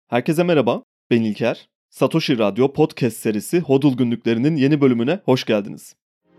Herkese merhaba, ben İlker. Satoshi Radyo Podcast serisi HODL Günlüklerinin yeni bölümüne hoş geldiniz.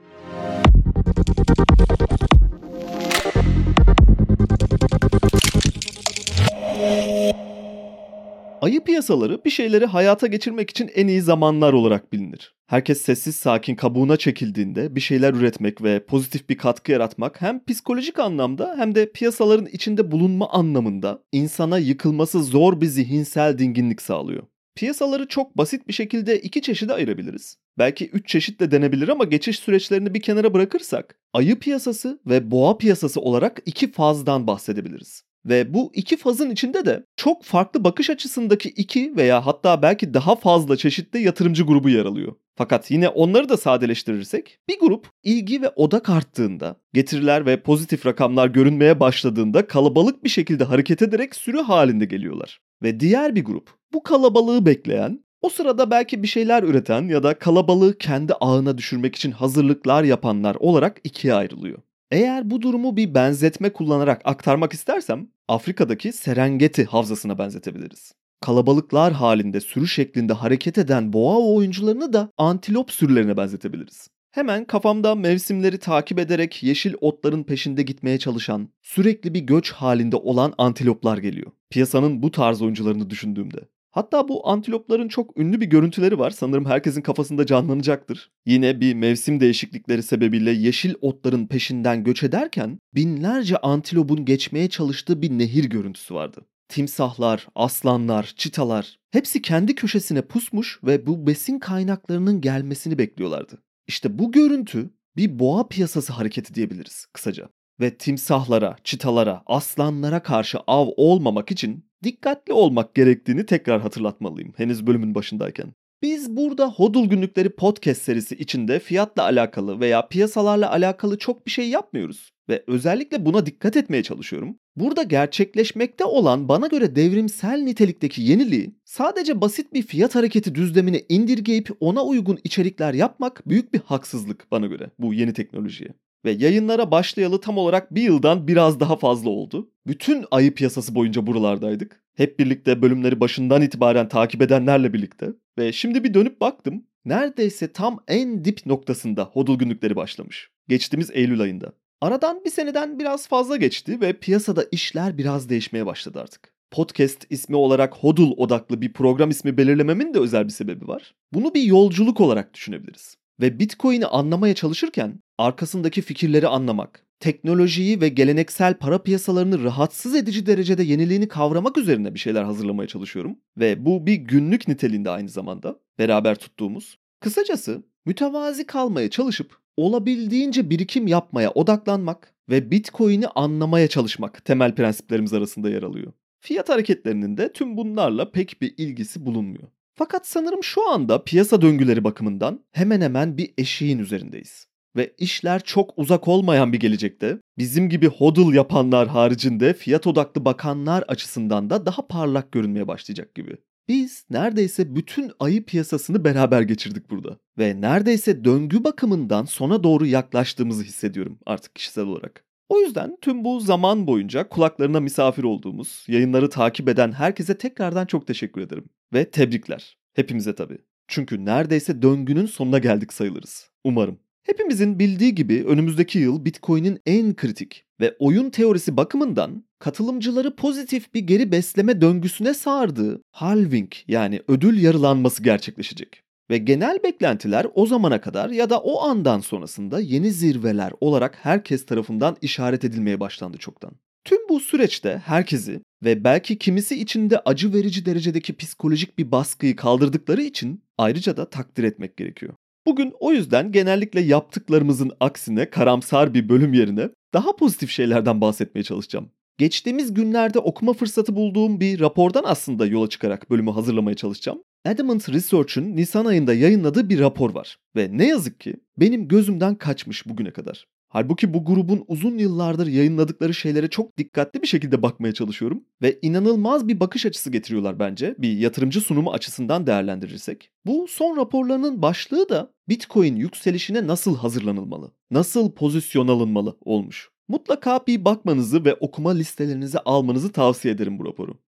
Ayı piyasaları bir şeyleri hayata geçirmek için en iyi zamanlar olarak bilinir. Herkes sessiz sakin kabuğuna çekildiğinde bir şeyler üretmek ve pozitif bir katkı yaratmak hem psikolojik anlamda hem de piyasaların içinde bulunma anlamında insana yıkılması zor bir zihinsel dinginlik sağlıyor. Piyasaları çok basit bir şekilde iki çeşide ayırabiliriz. Belki üç çeşit de denebilir ama geçiş süreçlerini bir kenara bırakırsak ayı piyasası ve boğa piyasası olarak iki fazdan bahsedebiliriz. Ve bu iki fazın içinde de çok farklı bakış açısındaki iki veya hatta belki daha fazla çeşitli yatırımcı grubu yer alıyor. Fakat yine onları da sadeleştirirsek bir grup ilgi ve odak arttığında, getiriler ve pozitif rakamlar görünmeye başladığında kalabalık bir şekilde hareket ederek sürü halinde geliyorlar. Ve diğer bir grup bu kalabalığı bekleyen, o sırada belki bir şeyler üreten ya da kalabalığı kendi ağına düşürmek için hazırlıklar yapanlar olarak ikiye ayrılıyor. Eğer bu durumu bir benzetme kullanarak aktarmak istersem Afrika'daki Serengeti havzasına benzetebiliriz. Kalabalıklar halinde sürü şeklinde hareket eden boğa oyuncularını da antilop sürülerine benzetebiliriz. Hemen kafamda mevsimleri takip ederek yeşil otların peşinde gitmeye çalışan, sürekli bir göç halinde olan antiloplar geliyor. Piyasanın bu tarz oyuncularını düşündüğümde. Hatta bu antilopların çok ünlü bir görüntüleri var. Sanırım herkesin kafasında canlanacaktır. Yine bir mevsim değişiklikleri sebebiyle yeşil otların peşinden göç ederken binlerce antilopun geçmeye çalıştığı bir nehir görüntüsü vardı. Timsahlar, aslanlar, çitalar hepsi kendi köşesine pusmuş ve bu besin kaynaklarının gelmesini bekliyorlardı. İşte bu görüntü bir boğa piyasası hareketi diyebiliriz kısaca. Ve timsahlara, çitalara, aslanlara karşı av olmamak için dikkatli olmak gerektiğini tekrar hatırlatmalıyım henüz bölümün başındayken. Biz burada HODL Günlükleri podcast serisi içinde fiyatla alakalı veya piyasalarla alakalı çok bir şey yapmıyoruz. Ve özellikle buna dikkat etmeye çalışıyorum. Burada gerçekleşmekte olan bana göre devrimsel nitelikteki yeniliği sadece basit bir fiyat hareketi düzlemine indirgeyip ona uygun içerikler yapmak büyük bir haksızlık bana göre bu yeni teknolojiye. Ve yayınlara başlayalı tam olarak bir yıldan biraz daha fazla oldu. Bütün ayı piyasası boyunca buralardaydık. Hep birlikte bölümleri başından itibaren takip edenlerle birlikte. Ve şimdi bir dönüp baktım. Neredeyse tam en dip noktasında HODL günlükleri başlamış. Geçtiğimiz Eylül ayında. Aradan bir seneden biraz fazla geçti ve piyasada işler biraz değişmeye başladı artık. Podcast ismi olarak HODL odaklı bir program ismi belirlememin de özel bir sebebi var. Bunu bir yolculuk olarak düşünebiliriz. Ve Bitcoin'i anlamaya çalışırken arkasındaki fikirleri anlamak, teknolojiyi ve geleneksel para piyasalarını rahatsız edici derecede yeniliğini kavramak üzerine bir şeyler hazırlamaya çalışıyorum. Ve bu bir günlük niteliğinde aynı zamanda beraber tuttuğumuz. Kısacası mütevazi kalmaya çalışıp olabildiğince birikim yapmaya odaklanmak ve Bitcoin'i anlamaya çalışmak temel prensiplerimiz arasında yer alıyor. Fiyat hareketlerinin de tüm bunlarla pek bir ilgisi bulunmuyor. Fakat sanırım şu anda piyasa döngüleri bakımından hemen hemen bir eşiğin üzerindeyiz. Ve işler çok uzak olmayan bir gelecekte bizim gibi hodl yapanlar haricinde fiyat odaklı bakanlar açısından da daha parlak görünmeye başlayacak gibi. Biz neredeyse bütün ayı piyasasını beraber geçirdik burada. Ve neredeyse döngü bakımından sona doğru yaklaştığımızı hissediyorum artık kişisel olarak. O yüzden tüm bu zaman boyunca kulaklarına misafir olduğumuz, yayınları takip eden herkese tekrardan çok teşekkür ederim. Ve tebrikler. Hepimize tabii. Çünkü neredeyse döngünün sonuna geldik sayılırız. Umarım. Hepimizin bildiği gibi önümüzdeki yıl Bitcoin'in en kritik ve oyun teorisi bakımından katılımcıları pozitif bir geri besleme döngüsüne sardığı halving yani ödül yarılanması gerçekleşecek. Ve genel beklentiler o zamana kadar ya da o andan sonrasında yeni zirveler olarak herkes tarafından işaret edilmeye başlandı çoktan. Tüm bu süreçte herkesi ve belki kimisi için de acı verici derecedeki psikolojik bir baskıyı kaldırdıkları için ayrıca da takdir etmek gerekiyor. Bugün o yüzden genellikle yaptıklarımızın aksine karamsar bir bölüm yerine daha pozitif şeylerden bahsetmeye çalışacağım. Geçtiğimiz günlerde okuma fırsatı bulduğum bir rapordan aslında yola çıkarak bölümü hazırlamaya çalışacağım. Adamant Research'ın Nisan ayında yayınladığı bir rapor var. Ve ne yazık ki benim gözümden kaçmış bugüne kadar. Halbuki bu grubun uzun yıllardır yayınladıkları şeylere çok dikkatli bir şekilde bakmaya çalışıyorum. Ve inanılmaz bir bakış açısı getiriyorlar bence bir yatırımcı sunumu açısından değerlendirirsek. Bu son raporlarının başlığı da Bitcoin yükselişine nasıl hazırlanılmalı, nasıl pozisyon alınmalı olmuş. Mutlaka bir bakmanızı ve okuma listelerinize almanızı tavsiye ederim bu raporu.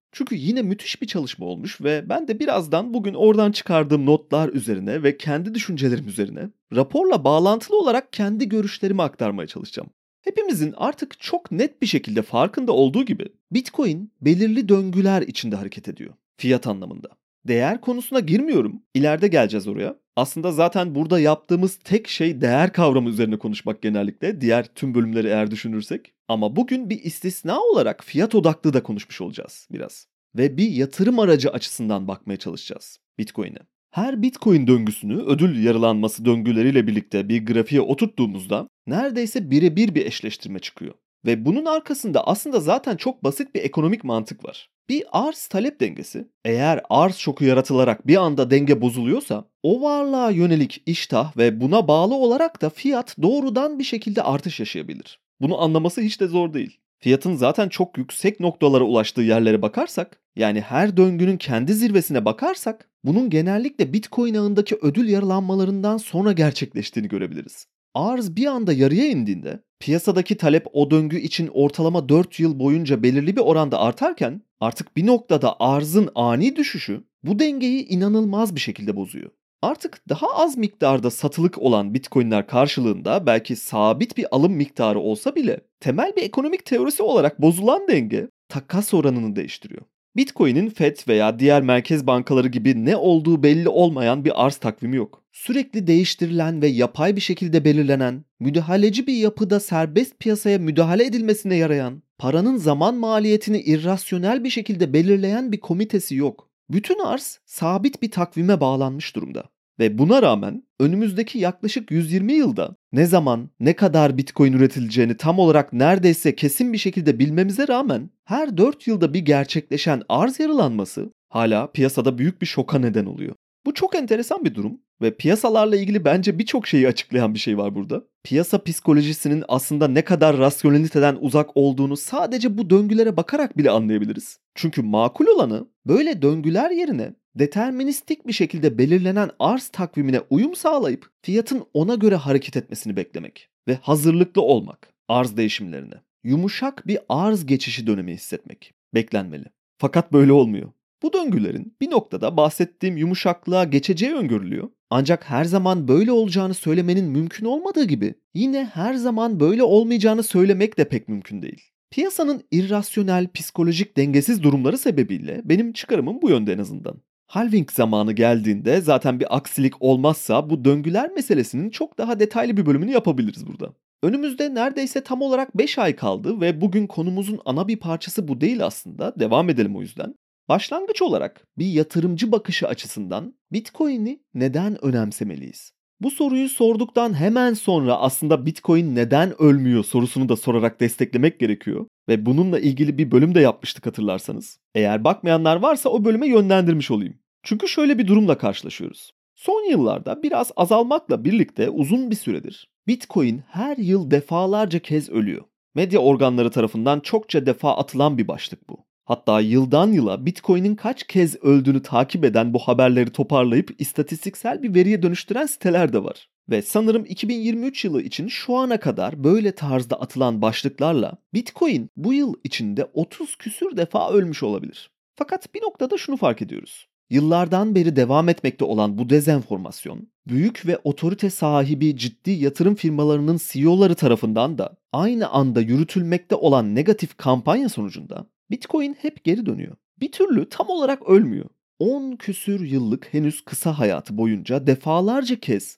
Çünkü yine müthiş bir çalışma olmuş ve ben de birazdan bugün oradan çıkardığım notlar üzerine ve kendi düşüncelerim üzerine raporla bağlantılı olarak kendi görüşlerimi aktarmaya çalışacağım. Hepimizin artık çok net bir şekilde farkında olduğu gibi Bitcoin belirli döngüler içinde hareket ediyor. Fiyat anlamında. Değer konusuna girmiyorum. İleride geleceğiz oraya. Aslında zaten burada yaptığımız tek şey değer kavramı üzerine konuşmak genellikle. Diğer tüm bölümleri eğer düşünürsek. Ama bugün bir istisna olarak fiyat odaklı da konuşmuş olacağız biraz. Ve bir yatırım aracı açısından bakmaya çalışacağız Bitcoin'e. Her Bitcoin döngüsünü ödül yarılanması döngüleriyle birlikte bir grafiğe oturttuğumuzda neredeyse birebir bir eşleştirme çıkıyor. Ve bunun arkasında aslında zaten çok basit bir ekonomik mantık var. Bir arz talep dengesi, eğer arz şoku yaratılarak bir anda denge bozuluyorsa, o varlığa yönelik iştah ve buna bağlı olarak da fiyat doğrudan bir şekilde artış yaşayabilir. Bunu anlaması hiç de zor değil. Fiyatın zaten çok yüksek noktalara ulaştığı yerlere bakarsak, yani her döngünün kendi zirvesine bakarsak, bunun genellikle Bitcoin ağındaki ödül yaralanmalarından sonra gerçekleştiğini görebiliriz. Arz bir anda yarıya indiğinde, piyasadaki talep o döngü için ortalama 4 yıl boyunca belirli bir oranda artarken, artık bir noktada arzın ani düşüşü bu dengeyi inanılmaz bir şekilde bozuyor. Artık daha az miktarda satılık olan Bitcoin'ler karşılığında belki sabit bir alım miktarı olsa bile temel bir ekonomik teorisi olarak bozulan denge takas oranını değiştiriyor. Bitcoin'in FED veya diğer merkez bankaları gibi ne olduğu belli olmayan bir arz takvimi yok. Sürekli değiştirilen ve yapay bir şekilde belirlenen, müdahaleci bir yapıda serbest piyasaya müdahale edilmesine yarayan, paranın zaman maliyetini irrasyonel bir şekilde belirleyen bir komitesi yok. Bütün arz sabit bir takvime bağlanmış durumda. Ve buna rağmen önümüzdeki yaklaşık 120 yılda ne zaman, ne kadar Bitcoin üretileceğini tam olarak neredeyse kesin bir şekilde bilmemize rağmen her 4 yılda bir gerçekleşen arz yarılanması hala piyasada büyük bir şoka neden oluyor. Bu çok enteresan bir durum ve piyasalarla ilgili bence birçok şeyi açıklayan bir şey var burada. Piyasa psikolojisinin aslında ne kadar rasyoneliteden uzak olduğunu sadece bu döngülere bakarak bile anlayabiliriz. Çünkü makul olanı böyle döngüler yerine deterministik bir şekilde belirlenen arz takvimine uyum sağlayıp fiyatın ona göre hareket etmesini beklemek ve hazırlıklı olmak arz değişimlerine. Yumuşak bir arz geçişi dönemi hissetmek beklenmeli. Fakat böyle olmuyor. Bu döngülerin bir noktada bahsettiğim yumuşaklığa geçeceği öngörülüyor. Ancak her zaman böyle olacağını söylemenin mümkün olmadığı gibi yine her zaman böyle olmayacağını söylemek de pek mümkün değil. Piyasanın irrasyonel, psikolojik dengesiz durumları sebebiyle benim çıkarımım bu yönde en azından. Halving zamanı geldiğinde zaten bir aksilik olmazsa bu döngüler meselesinin çok daha detaylı bir bölümünü yapabiliriz burada. Önümüzde neredeyse tam olarak 5 ay kaldı ve bugün konumuzun ana bir parçası bu değil aslında. Devam edelim o yüzden. Başlangıç olarak bir yatırımcı bakışı açısından Bitcoin'i neden önemsemeliyiz? Bu soruyu sorduktan hemen sonra aslında Bitcoin neden ölmüyor sorusunu da sorarak desteklemek gerekiyor. Ve bununla ilgili bir bölüm de yapmıştık hatırlarsanız. Eğer bakmayanlar varsa o bölüme yönlendirmiş olayım. Çünkü şöyle bir durumla karşılaşıyoruz. Son yıllarda biraz azalmakla birlikte uzun bir süredir Bitcoin her yıl defalarca kez ölüyor. Medya organları tarafından çokça defa atılan bir başlık bu. Hatta yıldan yıla Bitcoin'in kaç kez öldüğünü takip eden bu haberleri toparlayıp istatistiksel bir veriye dönüştüren siteler de var. Ve sanırım 2023 yılı için şu ana kadar böyle tarzda atılan başlıklarla Bitcoin bu yıl içinde 30 küsür defa ölmüş olabilir. Fakat bir noktada şunu fark ediyoruz. Yıllardan beri devam etmekte olan bu dezenformasyon, büyük ve otorite sahibi ciddi yatırım firmalarının CEO'ları tarafından da aynı anda yürütülmekte olan negatif kampanya sonucunda Bitcoin hep geri dönüyor. Bir türlü tam olarak ölmüyor. 10 küsür yıllık henüz kısa hayatı boyunca defalarca kez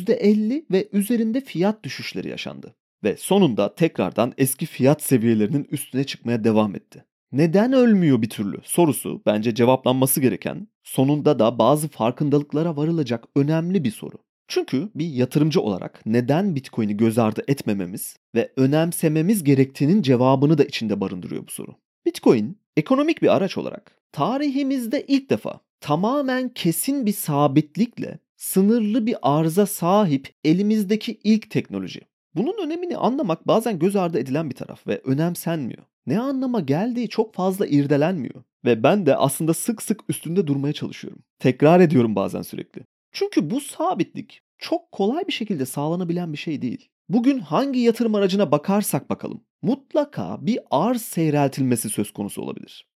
%50 ve üzerinde fiyat düşüşleri yaşandı. Ve sonunda tekrardan eski fiyat seviyelerinin üstüne çıkmaya devam etti. Neden ölmüyor bir türlü sorusu bence cevaplanması gereken, sonunda da bazı farkındalıklara varılacak önemli bir soru. Çünkü bir yatırımcı olarak neden Bitcoin'i göz ardı etmememiz ve önemsememiz gerektiğinin cevabını da içinde barındırıyor bu soru. Bitcoin, ekonomik bir araç olarak tarihimizde ilk defa tamamen kesin bir sabitlikle sınırlı bir arıza sahip elimizdeki ilk teknoloji. Bunun önemini anlamak bazen göz ardı edilen bir taraf ve önemsenmiyor. Ne anlama geldiği çok fazla irdelenmiyor. Ve ben de aslında sık sık üstünde durmaya çalışıyorum. Tekrar ediyorum bazen sürekli. Çünkü bu sabitlik çok kolay bir şekilde sağlanabilen bir şey değil. Bugün hangi yatırım aracına bakarsak bakalım mutlaka bir arz seyreltilmesi söz konusu olabilir.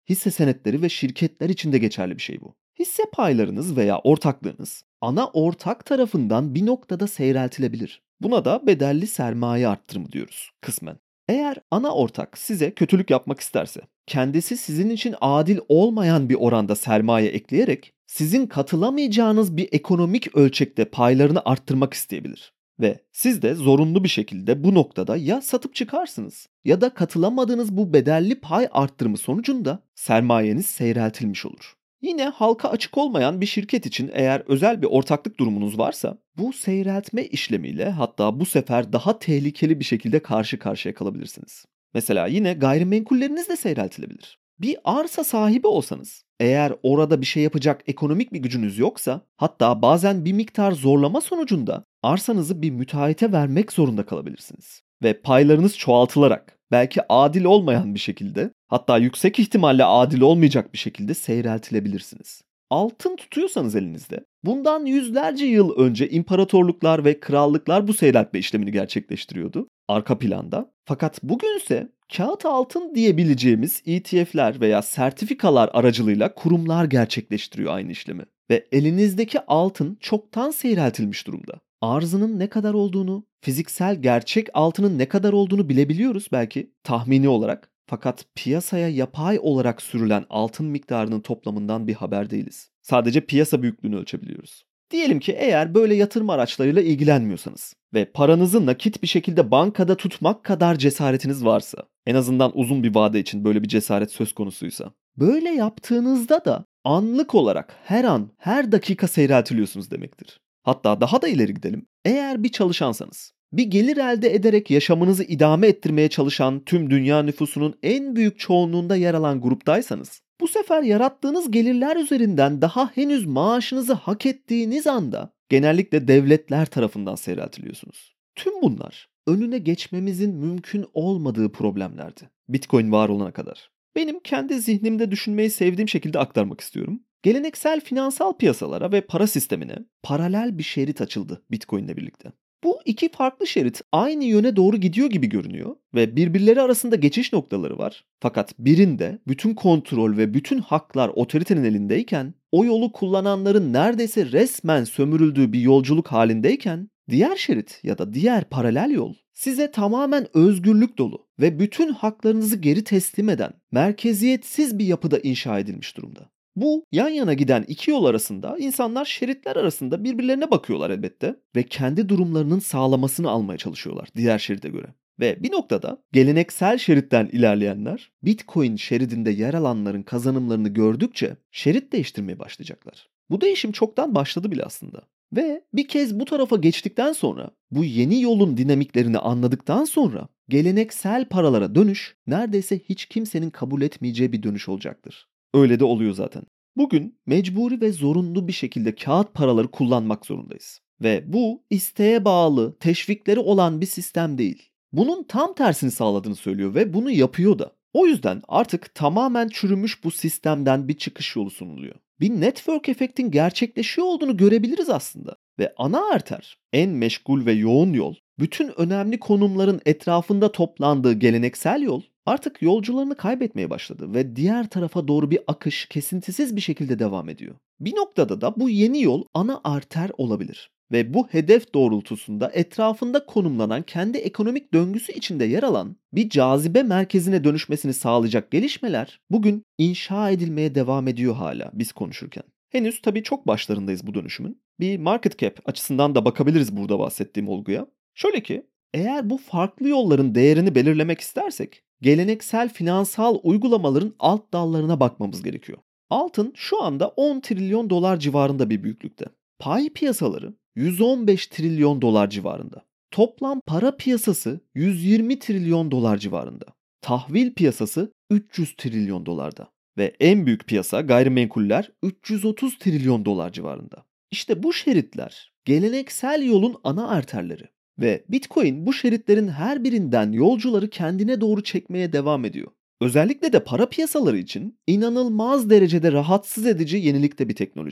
Hisse senetleri ve şirketler için de geçerli bir şey bu. Hisse paylarınız veya ortaklığınız ana ortak tarafından bir noktada seyreltilebilir. Buna da bedelli sermaye arttırımı diyoruz kısmen. Eğer ana ortak size kötülük yapmak isterse, kendisi sizin için adil olmayan bir oranda sermaye ekleyerek sizin katılamayacağınız bir ekonomik ölçekte paylarını arttırmak isteyebilir. Ve siz de zorunlu bir şekilde bu noktada ya satıp çıkarsınız ya da katılamadığınız bu bedelli pay arttırımı sonucunda sermayeniz seyreltilmiş olur. Yine halka açık olmayan bir şirket için eğer özel bir ortaklık durumunuz varsa bu seyreltme işlemiyle hatta bu sefer daha tehlikeli bir şekilde karşı karşıya kalabilirsiniz. Mesela yine gayrimenkulleriniz de seyreltilebilir. Bir arsa sahibi olsanız, eğer orada bir şey yapacak ekonomik bir gücünüz yoksa, hatta bazen bir miktar zorlama sonucunda arsanızı bir müteahhite vermek zorunda kalabilirsiniz. Ve paylarınız çoğaltılarak, belki adil olmayan bir şekilde, hatta yüksek ihtimalle adil olmayacak bir şekilde seyreltilebilirsiniz. Altın tutuyorsanız elinizde, bundan yüzlerce yıl önce imparatorluklar ve krallıklar bu seyreltme işlemini gerçekleştiriyordu arka planda. Fakat bugünse kağıt altın diyebileceğimiz ETF'ler veya sertifikalar aracılığıyla kurumlar gerçekleştiriyor aynı işlemi. Ve elinizdeki altın çoktan seyreltilmiş durumda. Arzının ne kadar olduğunu, fiziksel gerçek altının ne kadar olduğunu bilebiliyoruz belki tahmini olarak. Fakat piyasaya yapay olarak sürülen altın miktarının toplamından bir haber değiliz. Sadece piyasa büyüklüğünü ölçebiliyoruz. Diyelim ki eğer böyle yatırım araçlarıyla ilgilenmiyorsanız ve paranızı nakit bir şekilde bankada tutmak kadar cesaretiniz varsa, en azından uzun bir vade için böyle bir cesaret söz konusuysa, böyle yaptığınızda da anlık olarak her an, her dakika seyreltiliyorsunuz demektir. Hatta daha da ileri gidelim. Eğer bir çalışansanız, bir gelir elde ederek yaşamınızı idame ettirmeye çalışan tüm dünya nüfusunun en büyük çoğunluğunda yer alan gruptaysanız, bu sefer yarattığınız gelirler üzerinden daha henüz maaşınızı hak ettiğiniz anda genellikle devletler tarafından seyreltiliyorsunuz. Tüm bunlar önüne geçmemizin mümkün olmadığı problemlerdi. Bitcoin var olana kadar. Benim kendi zihnimde düşünmeyi sevdiğim şekilde aktarmak istiyorum. Geleneksel finansal piyasalara ve para sistemine paralel bir şerit açıldı Bitcoin'le birlikte. Bu iki farklı şerit aynı yöne doğru gidiyor gibi görünüyor ve birbirleri arasında geçiş noktaları var. Fakat birinde bütün kontrol ve bütün haklar otoritenin elindeyken, o yolu kullananların neredeyse resmen sömürüldüğü bir yolculuk halindeyken, diğer şerit ya da diğer paralel yol size tamamen özgürlük dolu ve bütün haklarınızı geri teslim eden merkeziyetsiz bir yapıda inşa edilmiş durumda. Bu yan yana giden iki yol arasında insanlar şeritler arasında birbirlerine bakıyorlar elbette ve kendi durumlarının sağlamasını almaya çalışıyorlar diğer şeride göre. Ve bir noktada geleneksel şeritten ilerleyenler Bitcoin şeridinde yer alanların kazanımlarını gördükçe şerit değiştirmeye başlayacaklar. Bu değişim çoktan başladı bile aslında. Ve bir kez bu tarafa geçtikten sonra, bu yeni yolun dinamiklerini anladıktan sonra geleneksel paralara dönüş neredeyse hiç kimsenin kabul etmeyeceği bir dönüş olacaktır. Öyle de oluyor zaten. Bugün mecburi ve zorunlu bir şekilde kağıt paraları kullanmak zorundayız. Ve bu isteğe bağlı, teşvikleri olan bir sistem değil. Bunun tam tersini sağladığını söylüyor ve bunu yapıyor da. O yüzden artık tamamen çürümüş bu sistemden bir çıkış yolu sunuluyor. Bir network efektin gerçekleşiyor olduğunu görebiliriz aslında. Ve ana arter, en meşgul ve yoğun yol, bütün önemli konumların etrafında toplandığı geleneksel yol, artık yolcularını kaybetmeye başladı ve diğer tarafa doğru bir akış kesintisiz bir şekilde devam ediyor. Bir noktada da bu yeni yol ana arter olabilir. Ve bu hedef doğrultusunda etrafında konumlanan kendi ekonomik döngüsü içinde yer alan bir cazibe merkezine dönüşmesini sağlayacak gelişmeler bugün inşa edilmeye devam ediyor hala biz konuşurken. Henüz tabii çok başlarındayız bu dönüşümün. Bir market cap açısından da bakabiliriz burada bahsettiğim olguya. Şöyle ki, eğer bu farklı yolların değerini belirlemek istersek, geleneksel finansal uygulamaların alt dallarına bakmamız gerekiyor. Altın şu anda 10 trilyon dolar civarında bir büyüklükte. Pay piyasaları 115 trilyon dolar civarında. Toplam para piyasası 120 trilyon dolar civarında. Tahvil piyasası 300 trilyon dolarda. Ve en büyük piyasa gayrimenkuller 330 trilyon dolar civarında. İşte bu şeritler geleneksel yolun ana arterleri. Ve Bitcoin bu şeritlerin her birinden yolcuları kendine doğru çekmeye devam ediyor. Özellikle de para piyasaları için inanılmaz derecede rahatsız edici yenilikte bir teknoloji.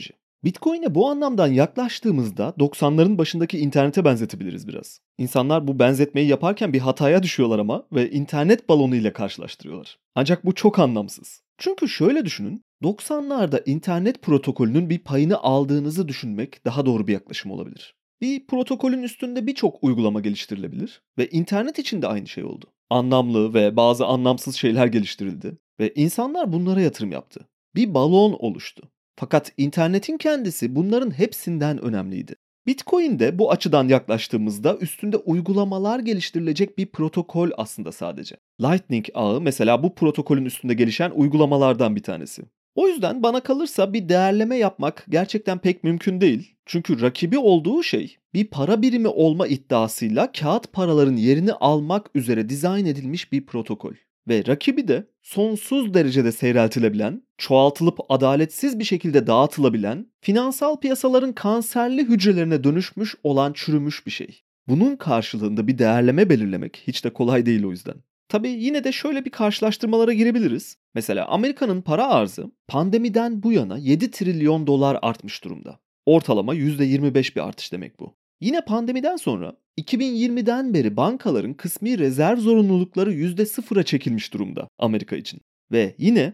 Bitcoin'e bu anlamdan yaklaştığımızda 90'ların başındaki internete benzetebiliriz biraz. İnsanlar bu benzetmeyi yaparken bir hataya düşüyorlar ama ve internet balonu ile karşılaştırıyorlar. Ancak bu çok anlamsız. Çünkü şöyle düşünün, 90'larda internet protokolünün bir payını aldığınızı düşünmek daha doğru bir yaklaşım olabilir. Bir protokolün üstünde birçok uygulama geliştirilebilir ve internet için de aynı şey oldu. Anlamlı ve bazı anlamsız şeyler geliştirildi ve insanlar bunlara yatırım yaptı. Bir balon oluştu. Fakat internetin kendisi bunların hepsinden önemliydi. Bitcoin de bu açıdan yaklaştığımızda üstünde uygulamalar geliştirilecek bir protokol aslında sadece. Lightning ağı mesela bu protokolün üstünde gelişen uygulamalardan bir tanesi. O yüzden bana kalırsa bir değerleme yapmak gerçekten pek mümkün değil. Çünkü rakibi olduğu şey bir para birimi olma iddiasıyla kağıt paraların yerini almak üzere dizayn edilmiş bir protokol. Ve rakibi de sonsuz derecede seyreltilebilen, çoğaltılıp adaletsiz bir şekilde dağıtılabilen, finansal piyasaların kanserli hücrelerine dönüşmüş olan çürümüş bir şey. Bunun karşılığında bir değerleme belirlemek hiç de kolay değil o yüzden. Tabii yine de şöyle bir karşılaştırmalara girebiliriz. Mesela Amerika'nın para arzı pandemiden bu yana 7 trilyon dolar artmış durumda. Ortalama %25 bir artış demek bu. Yine pandemiden sonra 2020'den beri bankaların kısmi rezerv zorunlulukları %0'a çekilmiş durumda Amerika için. Ve yine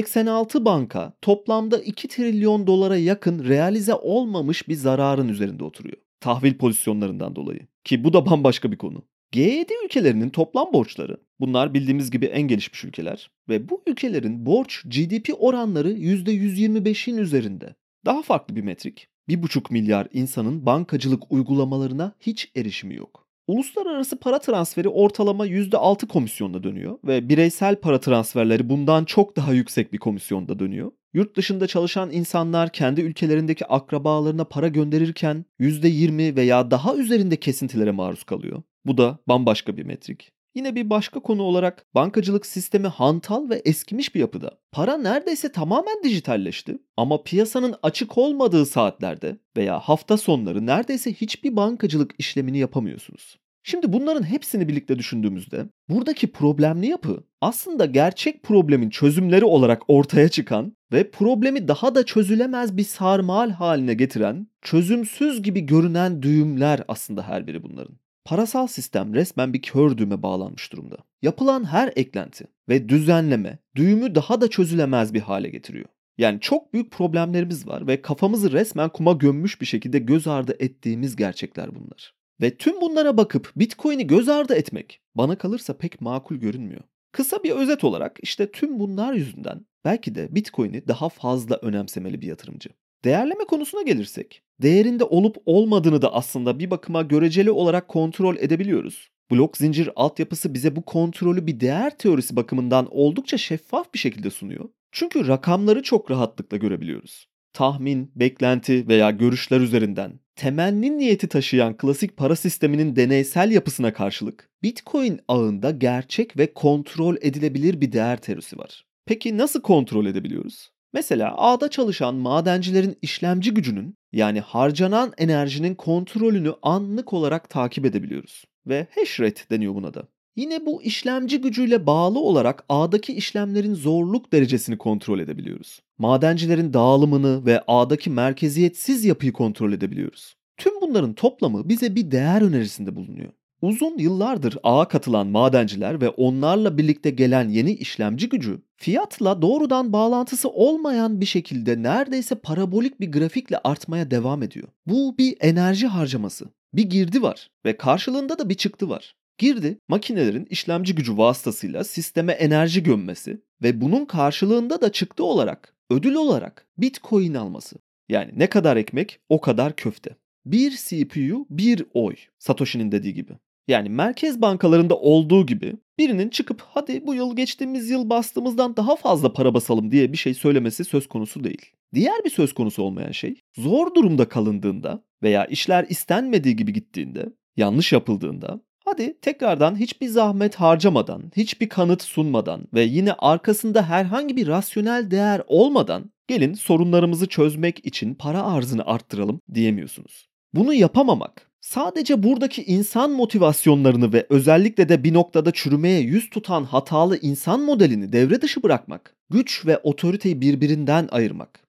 186 banka toplamda 2 trilyon dolara yakın realize olmamış bir zararın üzerinde oturuyor. Tahvil pozisyonlarından dolayı. Ki bu da bambaşka bir konu. G7 ülkelerinin toplam borçları, bunlar bildiğimiz gibi en gelişmiş ülkeler ve bu ülkelerin borç GDP oranları %125'in üzerinde. Daha farklı bir metrik. 1,5 milyar insanın bankacılık uygulamalarına hiç erişimi yok. Uluslararası para transferi ortalama %6 komisyonda dönüyor ve bireysel para transferleri bundan çok daha yüksek bir komisyonda dönüyor. Yurt dışında çalışan insanlar kendi ülkelerindeki akrabalarına para gönderirken %20 veya daha üzerinde kesintilere maruz kalıyor. Bu da bambaşka bir metrik. Yine bir başka konu olarak bankacılık sistemi hantal ve eskimiş bir yapıda. Para neredeyse tamamen dijitalleşti ama piyasanın açık olmadığı saatlerde veya hafta sonları neredeyse hiçbir bankacılık işlemini yapamıyorsunuz. Şimdi bunların hepsini birlikte düşündüğümüzde buradaki problemli yapı aslında gerçek problemin çözümleri olarak ortaya çıkan ve problemi daha da çözülemez bir sarmal haline getiren, çözümsüz gibi görünen düğümler aslında her biri bunların. Parasal sistem resmen bir kör düğüme bağlanmış durumda. Yapılan her eklenti ve düzenleme düğümü daha da çözülemez bir hale getiriyor. Yani çok büyük problemlerimiz var ve kafamızı resmen kuma gömmüş bir şekilde göz ardı ettiğimiz gerçekler bunlar. Ve tüm bunlara bakıp Bitcoin'i göz ardı etmek bana kalırsa pek makul görünmüyor. Kısa bir özet olarak işte tüm bunlar yüzünden belki de Bitcoin'i daha fazla önemsemeli bir yatırımcı. Değerleme konusuna gelirsek, değerinde olup olmadığını da aslında bir bakıma göreceli olarak kontrol edebiliyoruz. Blok zincir altyapısı bize bu kontrolü bir değer teorisi bakımından oldukça şeffaf bir şekilde sunuyor. Çünkü rakamları çok rahatlıkla görebiliyoruz. Tahmin, beklenti veya görüşler üzerinden temenni niyeti taşıyan klasik para sisteminin deneysel yapısına karşılık Bitcoin ağında gerçek ve kontrol edilebilir bir değer teorisi var. Peki nasıl kontrol edebiliyoruz? Mesela ağda çalışan madencilerin işlemci gücünün yani harcanan enerjinin kontrolünü anlık olarak takip edebiliyoruz. Ve hash rate deniyor buna da. Yine bu işlemci gücüyle bağlı olarak ağdaki işlemlerin zorluk derecesini kontrol edebiliyoruz. Madencilerin dağılımını ve ağdaki merkeziyetsiz yapıyı kontrol edebiliyoruz. Tüm bunların toplamı bize bir değer önerisinde bulunuyor. Uzun yıllardır ağa katılan madenciler ve onlarla birlikte gelen yeni işlemci gücü, fiyatla doğrudan bağlantısı olmayan bir şekilde neredeyse parabolik bir grafikle artmaya devam ediyor. Bu bir enerji harcaması. Bir girdi var ve karşılığında da bir çıktı var. Girdi, makinelerin işlemci gücü vasıtasıyla sisteme enerji gömmesi ve bunun karşılığında da çıktı olarak, ödül olarak Bitcoin alması. Yani ne kadar ekmek o kadar köfte. Bir CPU, bir oy. Satoshi'nin dediği gibi. Yani merkez bankalarında olduğu gibi birinin çıkıp hadi bu yıl geçtiğimiz yıl bastığımızdan daha fazla para basalım diye bir şey söylemesi söz konusu değil. Diğer bir söz konusu olmayan şey zor durumda kalındığında veya işler istenmediği gibi gittiğinde, yanlış yapıldığında hadi tekrardan hiçbir zahmet harcamadan, hiçbir kanıt sunmadan ve yine arkasında herhangi bir rasyonel değer olmadan gelin sorunlarımızı çözmek için para arzını arttıralım diyemiyorsunuz. Bunu yapamamak, sadece buradaki insan motivasyonlarını ve özellikle de bir noktada çürümeye yüz tutan hatalı insan modelini devre dışı bırakmak, güç ve otoriteyi birbirinden ayırmak,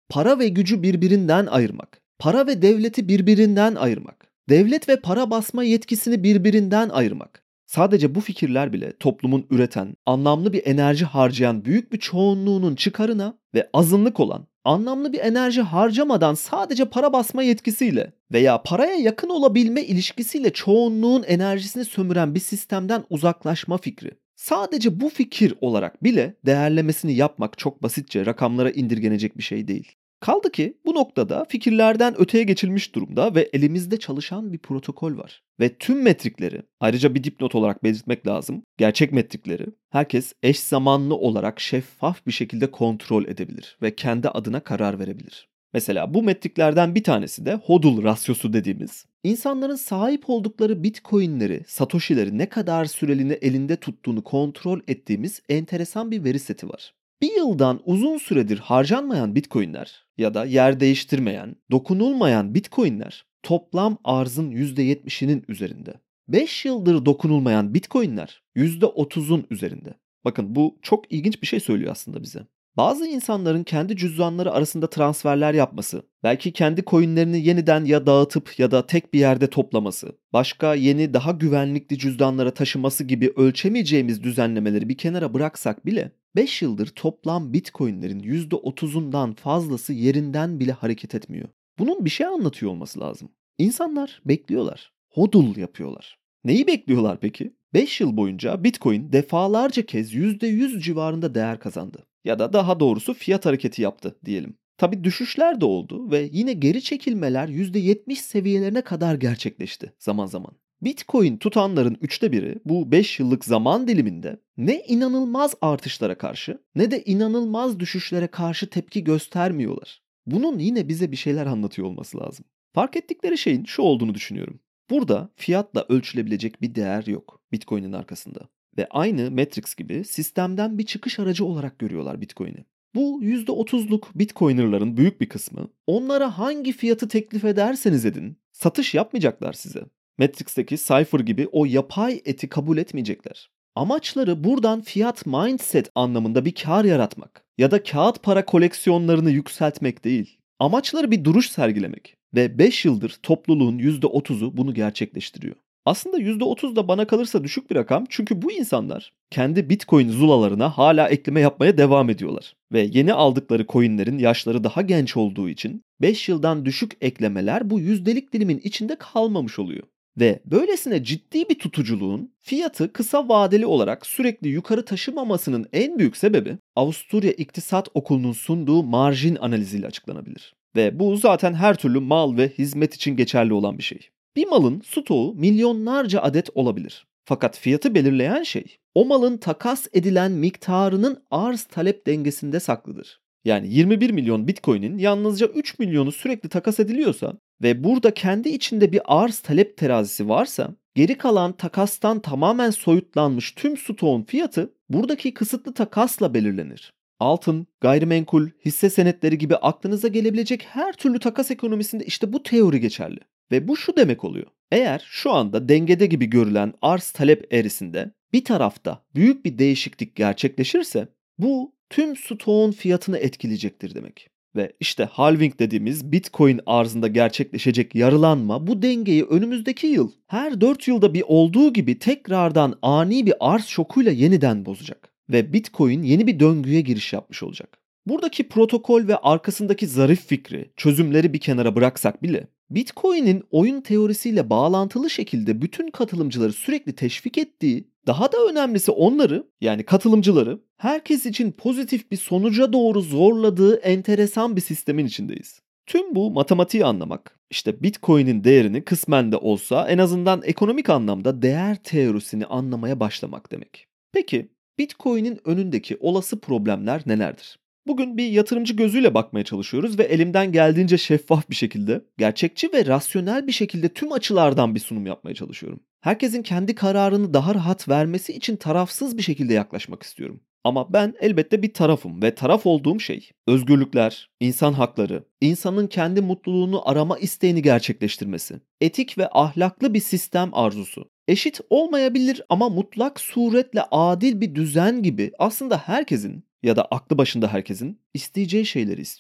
Para ve gücü birbirinden ayırmak. Para ve devleti birbirinden ayırmak. Devlet ve para basma yetkisini birbirinden ayırmak. Sadece bu fikirler bile toplumun üreten, anlamlı bir enerji harcayan büyük bir çoğunluğunun çıkarına ve azınlık olan, anlamlı bir enerji harcamadan sadece para basma yetkisiyle veya paraya yakın olabilme ilişkisiyle çoğunluğun enerjisini sömüren bir sistemden uzaklaşma fikri. Sadece bu fikir olarak bile değerlemesini yapmak çok basitçe rakamlara indirgenecek bir şey değil. Kaldı ki bu noktada fikirlerden öteye geçilmiş durumda ve elimizde çalışan bir protokol var. Ve tüm metrikleri, ayrıca bir dipnot olarak belirtmek lazım, gerçek metrikleri herkes eş zamanlı olarak şeffaf bir şekilde kontrol edebilir ve kendi adına karar verebilir. Mesela bu metriklerden bir tanesi de HODL rasyosu dediğimiz, insanların sahip oldukları bitcoinleri, satoshi'leri ne kadar süreliğine elinde tuttuğunu kontrol ettiğimiz enteresan bir veri seti var. Bir yıldan uzun süredir harcanmayan bitcoinler ya da yer değiştirmeyen, dokunulmayan bitcoinler toplam arzın %70'inin üzerinde. 5 yıldır dokunulmayan bitcoinler %30'un üzerinde. Bakın bu çok ilginç bir şey söylüyor aslında bize. Bazı insanların kendi cüzdanları arasında transferler yapması, belki kendi coinlerini yeniden ya dağıtıp ya da tek bir yerde toplaması, başka yeni daha güvenlikli cüzdanlara taşıması gibi ölçemeyeceğimiz düzenlemeleri bir kenara bıraksak bile 5 yıldır toplam bitcoinlerin %30'undan fazlası yerinden bile hareket etmiyor. Bunun bir şey anlatıyor olması lazım. İnsanlar bekliyorlar. HODL yapıyorlar. Neyi bekliyorlar peki? 5 yıl boyunca Bitcoin defalarca kez %100 civarında değer kazandı. Ya da daha doğrusu fiyat hareketi yaptı diyelim. Tabii düşüşler de oldu ve yine geri çekilmeler %70 seviyelerine kadar gerçekleşti zaman zaman. Bitcoin tutanların 1/3'ü bu 5 yıllık zaman diliminde ne inanılmaz artışlara karşı ne de inanılmaz düşüşlere karşı tepki göstermiyorlar. Bunun yine bize bir şeyler anlatıyor olması lazım. Fark ettikleri şeyin şu olduğunu düşünüyorum. Burada fiyatla ölçülebilecek bir değer yok Bitcoin'in arkasında. Ve aynı Matrix gibi sistemden bir çıkış aracı olarak görüyorlar Bitcoin'i. Bu %30'luk Bitcoiner'ların büyük bir kısmı onlara hangi fiyatı teklif ederseniz edin satış yapmayacaklar size. Matrix'teki Cypher gibi o yapay eti kabul etmeyecekler. Amaçları buradan fiyat mindset anlamında bir kar yaratmak ya da kağıt para koleksiyonlarını yükseltmek değil. Amaçları bir duruş sergilemek ve 5 yıldır topluluğun %30'u bunu gerçekleştiriyor. Aslında %30 da bana kalırsa düşük bir rakam çünkü bu insanlar kendi Bitcoin zulalarına hala ekleme yapmaya devam ediyorlar. Ve yeni aldıkları coinlerin yaşları daha genç olduğu için 5 yıldan düşük eklemeler bu yüzdelik dilimin içinde kalmamış oluyor. Ve böylesine ciddi bir tutuculuğun fiyatı kısa vadeli olarak sürekli yukarı taşımamasının en büyük sebebi Avusturya İktisat Okulu'nun sunduğu marjin analiziyle açıklanabilir. Ve bu zaten her türlü mal ve hizmet için geçerli olan bir şey. Bir malın stoğu milyonlarca adet olabilir. Fakat fiyatı belirleyen şey o malın takas edilen miktarının arz talep dengesinde saklıdır. Yani 21 milyon Bitcoin'in yalnızca 3 milyonu sürekli takas ediliyorsa ve burada kendi içinde bir arz talep terazisi varsa geri kalan takastan tamamen soyutlanmış tüm stoğun fiyatı buradaki kısıtlı takasla belirlenir. Altın, gayrimenkul, hisse senetleri gibi aklınıza gelebilecek her türlü takas ekonomisinde işte bu teori geçerli. Ve bu şu demek oluyor. Eğer şu anda dengede gibi görülen arz talep eğrisinde bir tarafta büyük bir değişiklik gerçekleşirse bu tüm stoğun fiyatını etkileyecektir demek. Ve işte halving dediğimiz Bitcoin arzında gerçekleşecek yarılanma bu dengeyi önümüzdeki yıl her 4 yılda bir olduğu gibi tekrardan ani bir arz şokuyla yeniden bozacak. Ve Bitcoin yeni bir döngüye giriş yapmış olacak. Buradaki protokol ve arkasındaki zarif fikri, çözümleri bir kenara bıraksak bile Bitcoin'in oyun teorisiyle bağlantılı şekilde bütün katılımcıları sürekli teşvik ettiği, daha da önemlisi onları yani katılımcıları herkes için pozitif bir sonuca doğru zorladığı enteresan bir sistemin içindeyiz. Tüm bu matematiği anlamak, işte Bitcoin'in değerini kısmen de olsa en azından ekonomik anlamda değer teorisini anlamaya başlamak demek. Peki Bitcoin'in önündeki olası problemler nelerdir? Bugün bir yatırımcı gözüyle bakmaya çalışıyoruz ve elimden geldiğince şeffaf bir şekilde, gerçekçi ve rasyonel bir şekilde tüm açılardan bir sunum yapmaya çalışıyorum. Herkesin kendi kararını daha rahat vermesi için tarafsız bir şekilde yaklaşmak istiyorum. Ama ben elbette bir tarafım ve taraf olduğum şey özgürlükler, insan hakları, insanın kendi mutluluğunu arama isteğini gerçekleştirmesi, etik ve ahlaklı bir sistem arzusu. Eşit olmayabilir ama mutlak suretle adil bir düzen gibi aslında herkesin ya da aklı başında herkesin isteyeceği şeyleri istiyorum.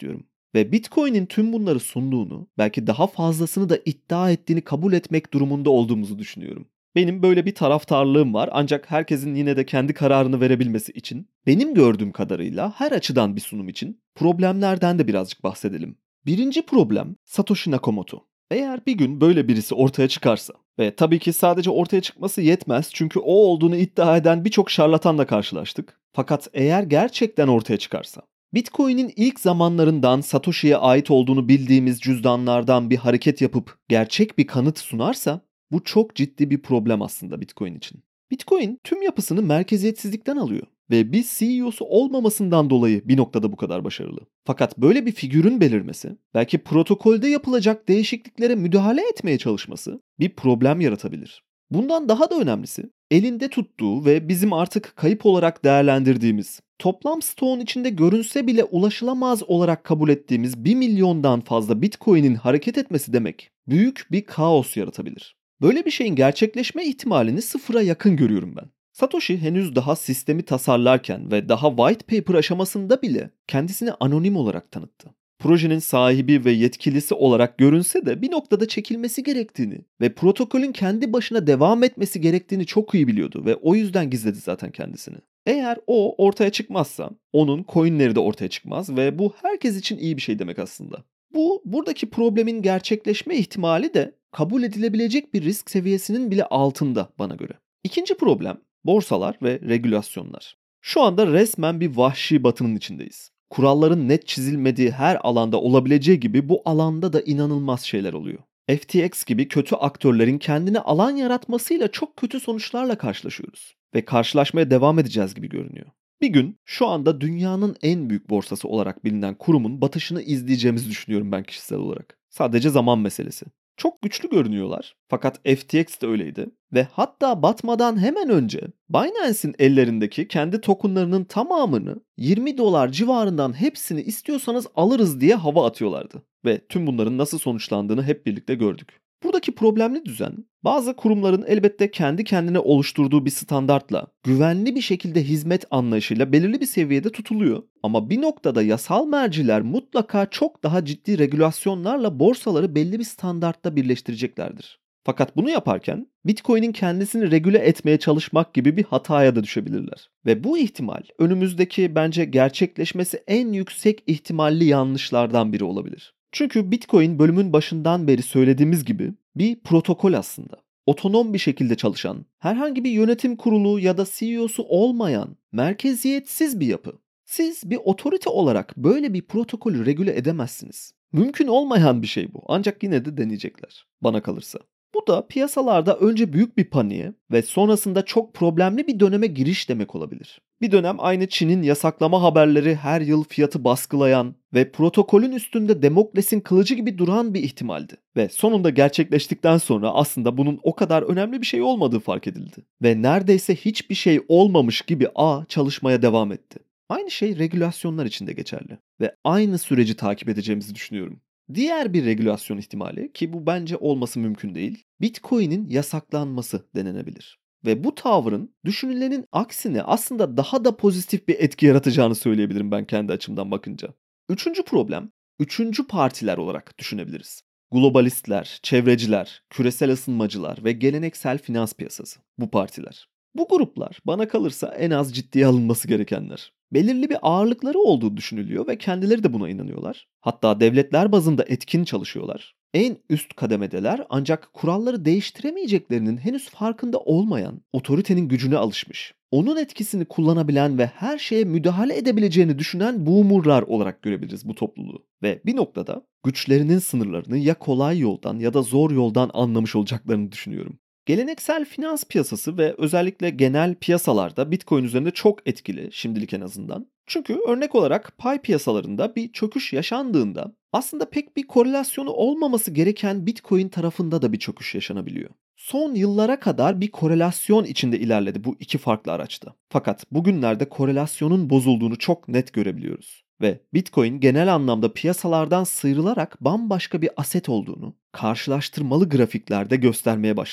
Ve Bitcoin'in tüm bunları sunduğunu, belki daha fazlasını da iddia ettiğini kabul etmek durumunda olduğumuzu düşünüyorum. Benim böyle bir taraftarlığım var, ancak herkesin yine de kendi kararını verebilmesi için, benim gördüğüm kadarıyla her açıdan bir sunum için problemlerden de birazcık bahsedelim. Birinci problem Satoshi Nakamoto. Eğer bir gün böyle birisi ortaya çıkarsa ve tabii ki sadece ortaya çıkması yetmez, çünkü o olduğunu iddia eden birçok şarlatanla karşılaştık. Fakat eğer gerçekten ortaya çıkarsa, Bitcoin'in ilk zamanlarından Satoshi'ye ait olduğunu bildiğimiz cüzdanlardan bir hareket yapıp gerçek bir kanıt sunarsa, bu çok ciddi bir problem aslında Bitcoin için. Bitcoin tüm yapısını merkeziyetsizlikten alıyor ve bir CEO'su olmamasından dolayı bir noktada bu kadar başarılı. Fakat böyle bir figürün belirmesi, belki protokolde yapılacak değişikliklere müdahale etmeye çalışması bir problem yaratabilir. Bundan daha da önemlisi, elinde tuttuğu ve bizim artık kayıp olarak değerlendirdiğimiz, toplam stoğun içinde görünse bile ulaşılamaz olarak kabul ettiğimiz 1 milyondan fazla Bitcoin'in hareket etmesi demek, büyük bir kaos yaratabilir. Böyle bir şeyin gerçekleşme ihtimalini sıfıra yakın görüyorum ben. Satoshi henüz daha sistemi tasarlarken ve daha white paper aşamasında bile kendisini anonim olarak tanıttı. Projenin sahibi ve yetkilisi olarak görünse de bir noktada çekilmesi gerektiğini ve protokolün kendi başına devam etmesi gerektiğini çok iyi biliyordu ve o yüzden gizledi zaten kendisini. Eğer o ortaya çıkmazsa onun coinleri de ortaya çıkmaz ve bu herkes için iyi bir şey demek aslında. Buradaki problemin gerçekleşme ihtimali de kabul edilebilecek bir risk seviyesinin bile altında bana göre. İkinci problem borsalar ve regülasyonlar. Şu anda resmen bir vahşi batının içindeyiz. Kuralların net çizilmediği her alanda olabileceği gibi bu alanda da inanılmaz şeyler oluyor. FTX gibi kötü aktörlerin kendine alan yaratmasıyla çok kötü sonuçlarla karşılaşıyoruz ve karşılaşmaya devam edeceğiz gibi görünüyor. Bir gün şu anda dünyanın en büyük borsası olarak bilinen kurumun batışını izleyeceğimizi düşünüyorum ben kişisel olarak. Sadece zaman meselesi. Çok güçlü görünüyorlar, fakat FTX de öyleydi ve hatta batmadan hemen önce Binance'in ellerindeki kendi tokenlarının tamamını 20 dolar civarından hepsini istiyorsanız alırız diye hava atıyorlardı ve tüm bunların nasıl sonuçlandığını hep birlikte gördük. Buradaki problemli düzen, bazı kurumların elbette kendi kendine oluşturduğu bir standartla, güvenli bir şekilde hizmet anlayışıyla belirli bir seviyede tutuluyor. Ama bir noktada yasal merciler mutlaka çok daha ciddi regülasyonlarla borsaları belli bir standartta birleştireceklerdir. Fakat bunu yaparken Bitcoin'in kendisini regüle etmeye çalışmak gibi bir hataya da düşebilirler. Ve bu ihtimal önümüzdeki bence gerçekleşmesi en yüksek ihtimalli yanlışlardan biri olabilir. Çünkü Bitcoin bölümün başından beri söylediğimiz gibi bir protokol aslında. Otonom bir şekilde çalışan, herhangi bir yönetim kurulu ya da CEO'su olmayan, merkeziyetsiz bir yapı. Siz bir otorite olarak böyle bir protokolü regüle edemezsiniz. Mümkün olmayan bir şey bu, ancak yine de deneyecekler bana kalırsa. Bu da piyasalarda önce büyük bir paniğe ve sonrasında çok problemli bir döneme giriş demek olabilir. Bir dönem aynı Çin'in yasaklama haberleri her yıl fiyatı baskılayan ve protokolün üstünde Demokles'in kılıcı gibi duran bir ihtimaldi. Ve sonunda gerçekleştikten sonra aslında bunun o kadar önemli bir şey olmadığı fark edildi. Ve neredeyse hiçbir şey olmamış gibi ağ çalışmaya devam etti. Aynı şey regülasyonlar için de geçerli ve aynı süreci takip edeceğimizi düşünüyorum. Diğer bir regülasyon ihtimali, ki bu bence olması mümkün değil, Bitcoin'in yasaklanması denenebilir. Ve bu tavrın düşünülenin aksine aslında daha da pozitif bir etki yaratacağını söyleyebilirim ben kendi açımdan bakınca. Üçüncü problem, üçüncü partiler olarak düşünebiliriz. Globalistler, çevreciler, küresel ısınmacılar ve geleneksel finans piyasası. Bu partiler. Bu gruplar bana kalırsa en az ciddiye alınması gerekenler. Belirli bir ağırlıkları olduğu düşünülüyor ve kendileri de buna inanıyorlar. Hatta devletler bazında etkin çalışıyorlar. En üst kademedeler, ancak kuralları değiştiremeyeceklerinin henüz farkında olmayan, otoritenin gücüne alışmış, onun etkisini kullanabilen ve her şeye müdahale edebileceğini düşünen boomerlar olarak görebiliriz bu topluluğu. Ve bir noktada güçlerinin sınırlarını ya kolay yoldan ya da zor yoldan anlamış olacaklarını düşünüyorum. Geleneksel finans piyasası ve özellikle genel piyasalarda Bitcoin üzerinde çok etkili, şimdilik en azından. Çünkü örnek olarak pay piyasalarında bir çöküş yaşandığında aslında pek bir korelasyonu olmaması gereken Bitcoin tarafında da bir çöküş yaşanabiliyor. Son yıllara kadar bir korelasyon içinde ilerledi bu iki farklı araçta. Fakat bugünlerde korelasyonun bozulduğunu çok net görebiliyoruz. Ve Bitcoin genel anlamda piyasalardan sıyrılarak bambaşka bir aset olduğunu karşılaştırmalı grafiklerde göstermeye başladı.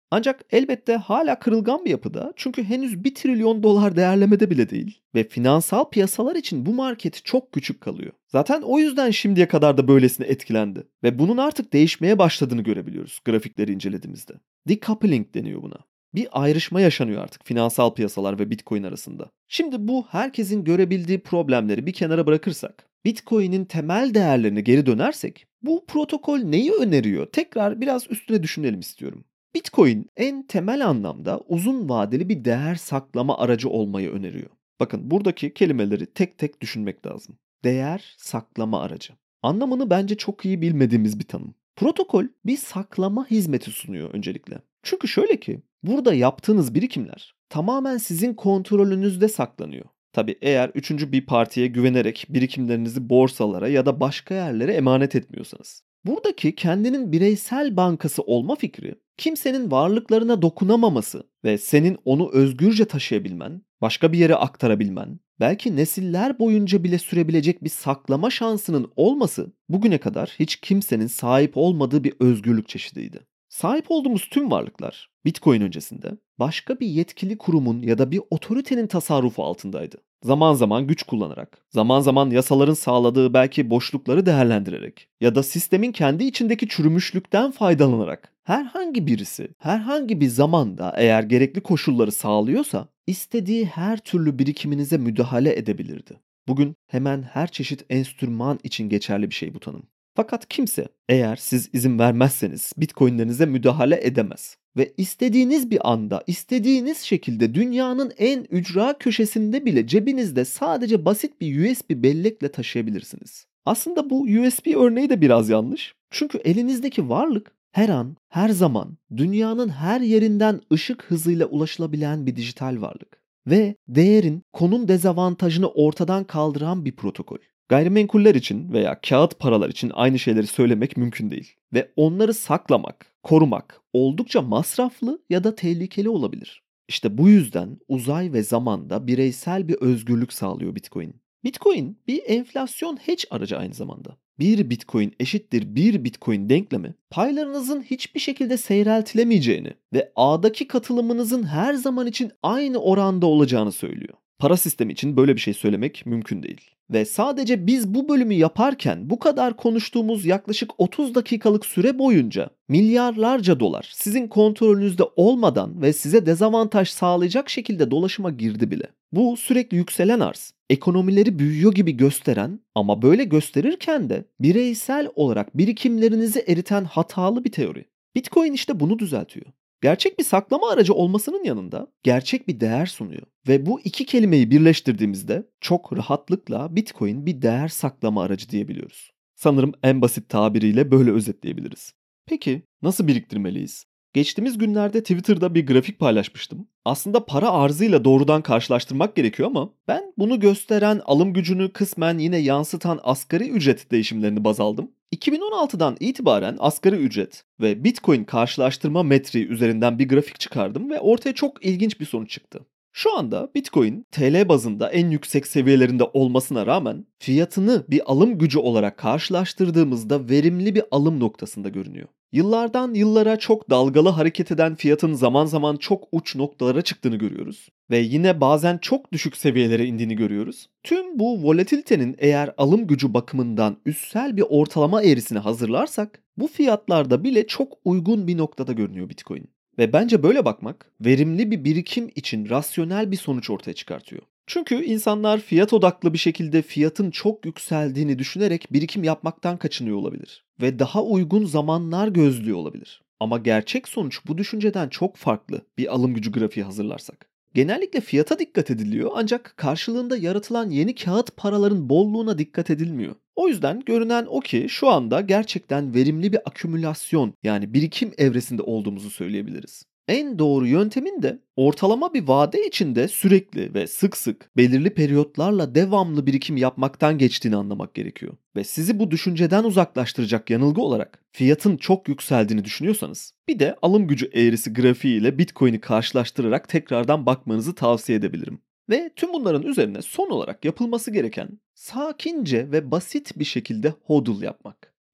Ancak elbette hala kırılgan bir yapıda, çünkü henüz 1 trilyon dolar değerlemede bile değil ve finansal piyasalar için bu market çok küçük kalıyor. Zaten o yüzden şimdiye kadar da böylesine etkilendi ve bunun artık değişmeye başladığını görebiliyoruz grafikleri incelediğimizde. Decoupling deniyor buna. Bir ayrışma yaşanıyor artık finansal piyasalar ve Bitcoin arasında. Şimdi bu herkesin görebildiği problemleri bir kenara bırakırsak, Bitcoin'in temel değerlerine geri dönersek, bu protokol neyi öneriyor? Tekrar biraz üstüne düşünelim istiyorum. Bitcoin en temel anlamda uzun vadeli bir değer saklama aracı olmayı öneriyor. Bakın, buradaki kelimeleri tek tek düşünmek lazım. Değer saklama aracı. Anlamını bence çok iyi bilmediğimiz bir tanım. Protokol bir saklama hizmeti sunuyor öncelikle. Çünkü şöyle ki, burada yaptığınız birikimler tamamen sizin kontrolünüzde saklanıyor. Tabii eğer üçüncü bir partiye güvenerek birikimlerinizi borsalara ya da başka yerlere emanet etmiyorsanız. Buradaki kendinin bireysel bankası olma fikri, kimsenin varlıklarına dokunamaması ve senin onu özgürce taşıyabilmen, başka bir yere aktarabilmen, belki nesiller boyunca bile sürebilecek bir saklama şansının olması bugüne kadar hiç kimsenin sahip olmadığı bir özgürlük çeşidiydi. Sahip olduğumuz tüm varlıklar Bitcoin öncesinde başka bir yetkili kurumun ya da bir otoritenin tasarrufu altındaydı. Zaman zaman güç kullanarak, zaman zaman yasaların sağladığı belki boşlukları değerlendirerek ya da sistemin kendi içindeki çürümüşlükten faydalanarak herhangi birisi, herhangi bir zamanda eğer gerekli koşulları sağlıyorsa istediği her türlü birikiminize müdahale edebilirdi. Bugün hemen her çeşit enstrüman için geçerli bir şey bu tanım. Fakat kimse eğer siz izin vermezseniz Bitcoin'lerinize müdahale edemez. Ve istediğiniz bir anda, istediğiniz şekilde dünyanın en ücra köşesinde bile cebinizde sadece basit bir USB bellekle taşıyabilirsiniz. Aslında bu USB örneği de biraz yanlış. Çünkü elinizdeki varlık her an, her zaman dünyanın her yerinden ışık hızıyla ulaşılabilen bir dijital varlık. Ve değerin konum dezavantajını ortadan kaldıran bir protokol. Gayrimenkuller için veya kağıt paralar için aynı şeyleri söylemek mümkün değil. Ve onları saklamak, korumak oldukça masraflı ya da tehlikeli olabilir. İşte bu yüzden uzay ve zamanda bireysel bir özgürlük sağlıyor Bitcoin. Bitcoin bir enflasyon hedge aracı aynı zamanda. Bir Bitcoin eşittir bir Bitcoin denklemi paylarınızın hiçbir şekilde seyreltilemeyeceğini ve ağdaki katılımınızın her zaman için aynı oranda olacağını söylüyor. Para sistemi için böyle bir şey söylemek mümkün değil. Ve sadece biz bu bölümü yaparken bu kadar konuştuğumuz yaklaşık 30 dakikalık süre boyunca milyarlarca dolar sizin kontrolünüzde olmadan ve size dezavantaj sağlayacak şekilde dolaşıma girdi bile. Bu sürekli yükselen arz, ekonomileri büyüyor gibi gösteren ama böyle gösterirken de bireysel olarak birikimlerinizi eriten hatalı bir teori. Bitcoin işte bunu düzeltiyor. Gerçek bir saklama aracı olmasının yanında gerçek bir değer sunuyor. Ve bu iki kelimeyi birleştirdiğimizde çok rahatlıkla Bitcoin bir değer saklama aracı diyebiliyoruz. Sanırım en basit tabiriyle böyle özetleyebiliriz. Peki nasıl biriktirmeliyiz? Geçtiğimiz günlerde Twitter'da bir grafik paylaşmıştım. Aslında para arzıyla doğrudan karşılaştırmak gerekiyor ama ben bunu gösteren, alım gücünü kısmen yine yansıtan asgari ücret değişimlerini baz aldım. 2016'dan itibaren asgari ücret ve Bitcoin karşılaştırma metriği üzerinden bir grafik çıkardım ve ortaya çok ilginç bir sonuç çıktı. Şu anda Bitcoin TL bazında en yüksek seviyelerinde olmasına rağmen fiyatını bir alım gücü olarak karşılaştırdığımızda verimli bir alım noktasında görünüyor. Yıllardan yıllara çok dalgalı hareket eden fiyatın zaman zaman çok uç noktalara çıktığını görüyoruz. Ve yine bazen çok düşük seviyelere indiğini görüyoruz. Tüm bu volatilitenin eğer alım gücü bakımından üstsel bir ortalama eğrisini hazırlarsak bu fiyatlarda bile çok uygun bir noktada görünüyor Bitcoin. Ve bence böyle bakmak verimli bir birikim için rasyonel bir sonuç ortaya çıkartıyor. Çünkü insanlar fiyat odaklı bir şekilde fiyatın çok yükseldiğini düşünerek birikim yapmaktan kaçınıyor olabilir ve daha uygun zamanlar gözlüyor olabilir. Ama gerçek sonuç bu düşünceden çok farklı bir alım gücü grafiği hazırlarsak. Genellikle fiyata dikkat ediliyor ancak karşılığında yaratılan yeni kağıt paraların bolluğuna dikkat edilmiyor. O yüzden görünen o ki şu anda gerçekten verimli bir akümülasyon yani birikim evresinde olduğumuzu söyleyebiliriz. En doğru yöntemin de ortalama bir vade içinde sürekli ve sık sık belirli periyotlarla devamlı birikim yapmaktan geçtiğini anlamak gerekiyor. Ve sizi bu düşünceden uzaklaştıracak yanılgı olarak fiyatın çok yükseldiğini düşünüyorsanız bir de alım gücü eğrisi grafiği ile Bitcoin'i karşılaştırarak tekrardan bakmanızı tavsiye edebilirim. Ve tüm bunların üzerine son olarak yapılması gereken sakince ve basit bir şekilde hodl yapmak.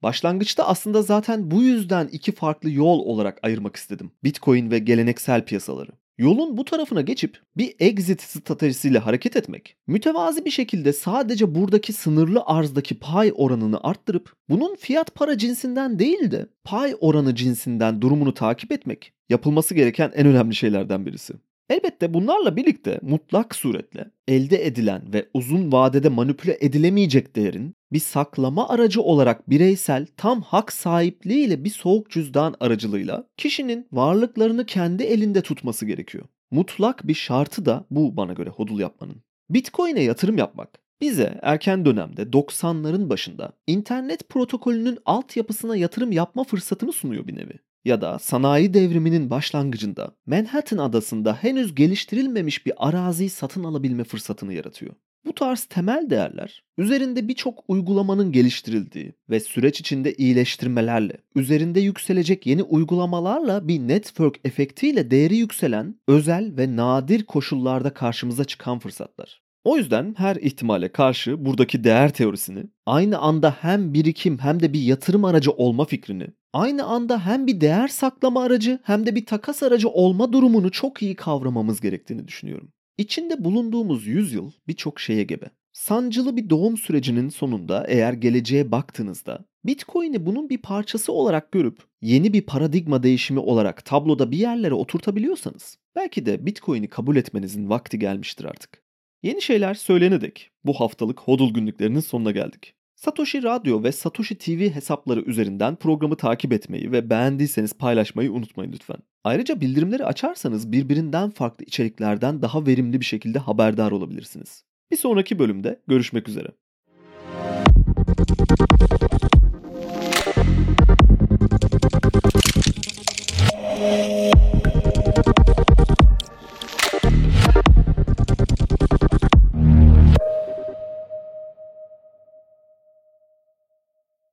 Başlangıçta aslında zaten bu yüzden iki farklı yol olarak ayırmak istedim. Bitcoin ve geleneksel piyasaları. Yolun bu tarafına geçip bir exit stratejisiyle hareket etmek, mütevazi bir şekilde sadece buradaki sınırlı arzdaki pay oranını arttırıp bunun fiyat para cinsinden değil de pay oranı cinsinden durumunu takip etmek yapılması gereken en önemli şeylerden birisi. Elbette bunlarla birlikte mutlak suretle elde edilen ve uzun vadede manipüle edilemeyecek değerin bir saklama aracı olarak bireysel tam hak sahipliğiyle bir soğuk cüzdan aracılığıyla kişinin varlıklarını kendi elinde tutması gerekiyor. Mutlak bir şartı da bu bana göre hodul yapmanın. Bitcoin'e yatırım yapmak bize erken dönemde 90'ların başında internet protokolünün altyapısına yatırım yapma fırsatını sunuyor bir nevi. Ya da sanayi devriminin başlangıcında Manhattan adasında henüz geliştirilmemiş bir araziyi satın alabilme fırsatını yaratıyor. Bu tarz temel değerler, üzerinde birçok uygulamanın geliştirildiği ve süreç içinde iyileştirmelerle, üzerinde yükselecek yeni uygulamalarla bir network efektiyle değeri yükselen, özel ve nadir koşullarda karşımıza çıkan fırsatlar. O yüzden her ihtimale karşı buradaki değer teorisini, aynı anda hem birikim hem de bir yatırım aracı olma fikrini, aynı anda hem bir değer saklama aracı hem de bir takas aracı olma durumunu çok iyi kavramamız gerektiğini düşünüyorum. İçinde bulunduğumuz yüzyıl birçok şeye gebe. Sancılı bir doğum sürecinin sonunda eğer geleceğe baktığınızda Bitcoin'i bunun bir parçası olarak görüp yeni bir paradigma değişimi olarak tabloda bir yerlere oturtabiliyorsanız belki de Bitcoin'i kabul etmenizin vakti gelmiştir artık. Yeni şeyler söylene dek bu haftalık HODL günlüklerinin sonuna geldik. Satoshi Radyo ve Satoshi TV hesapları üzerinden programı takip etmeyi ve beğendiyseniz paylaşmayı unutmayın lütfen. Ayrıca bildirimleri açarsanız birbirinden farklı içeriklerden daha verimli bir şekilde haberdar olabilirsiniz. Bir sonraki bölümde görüşmek üzere.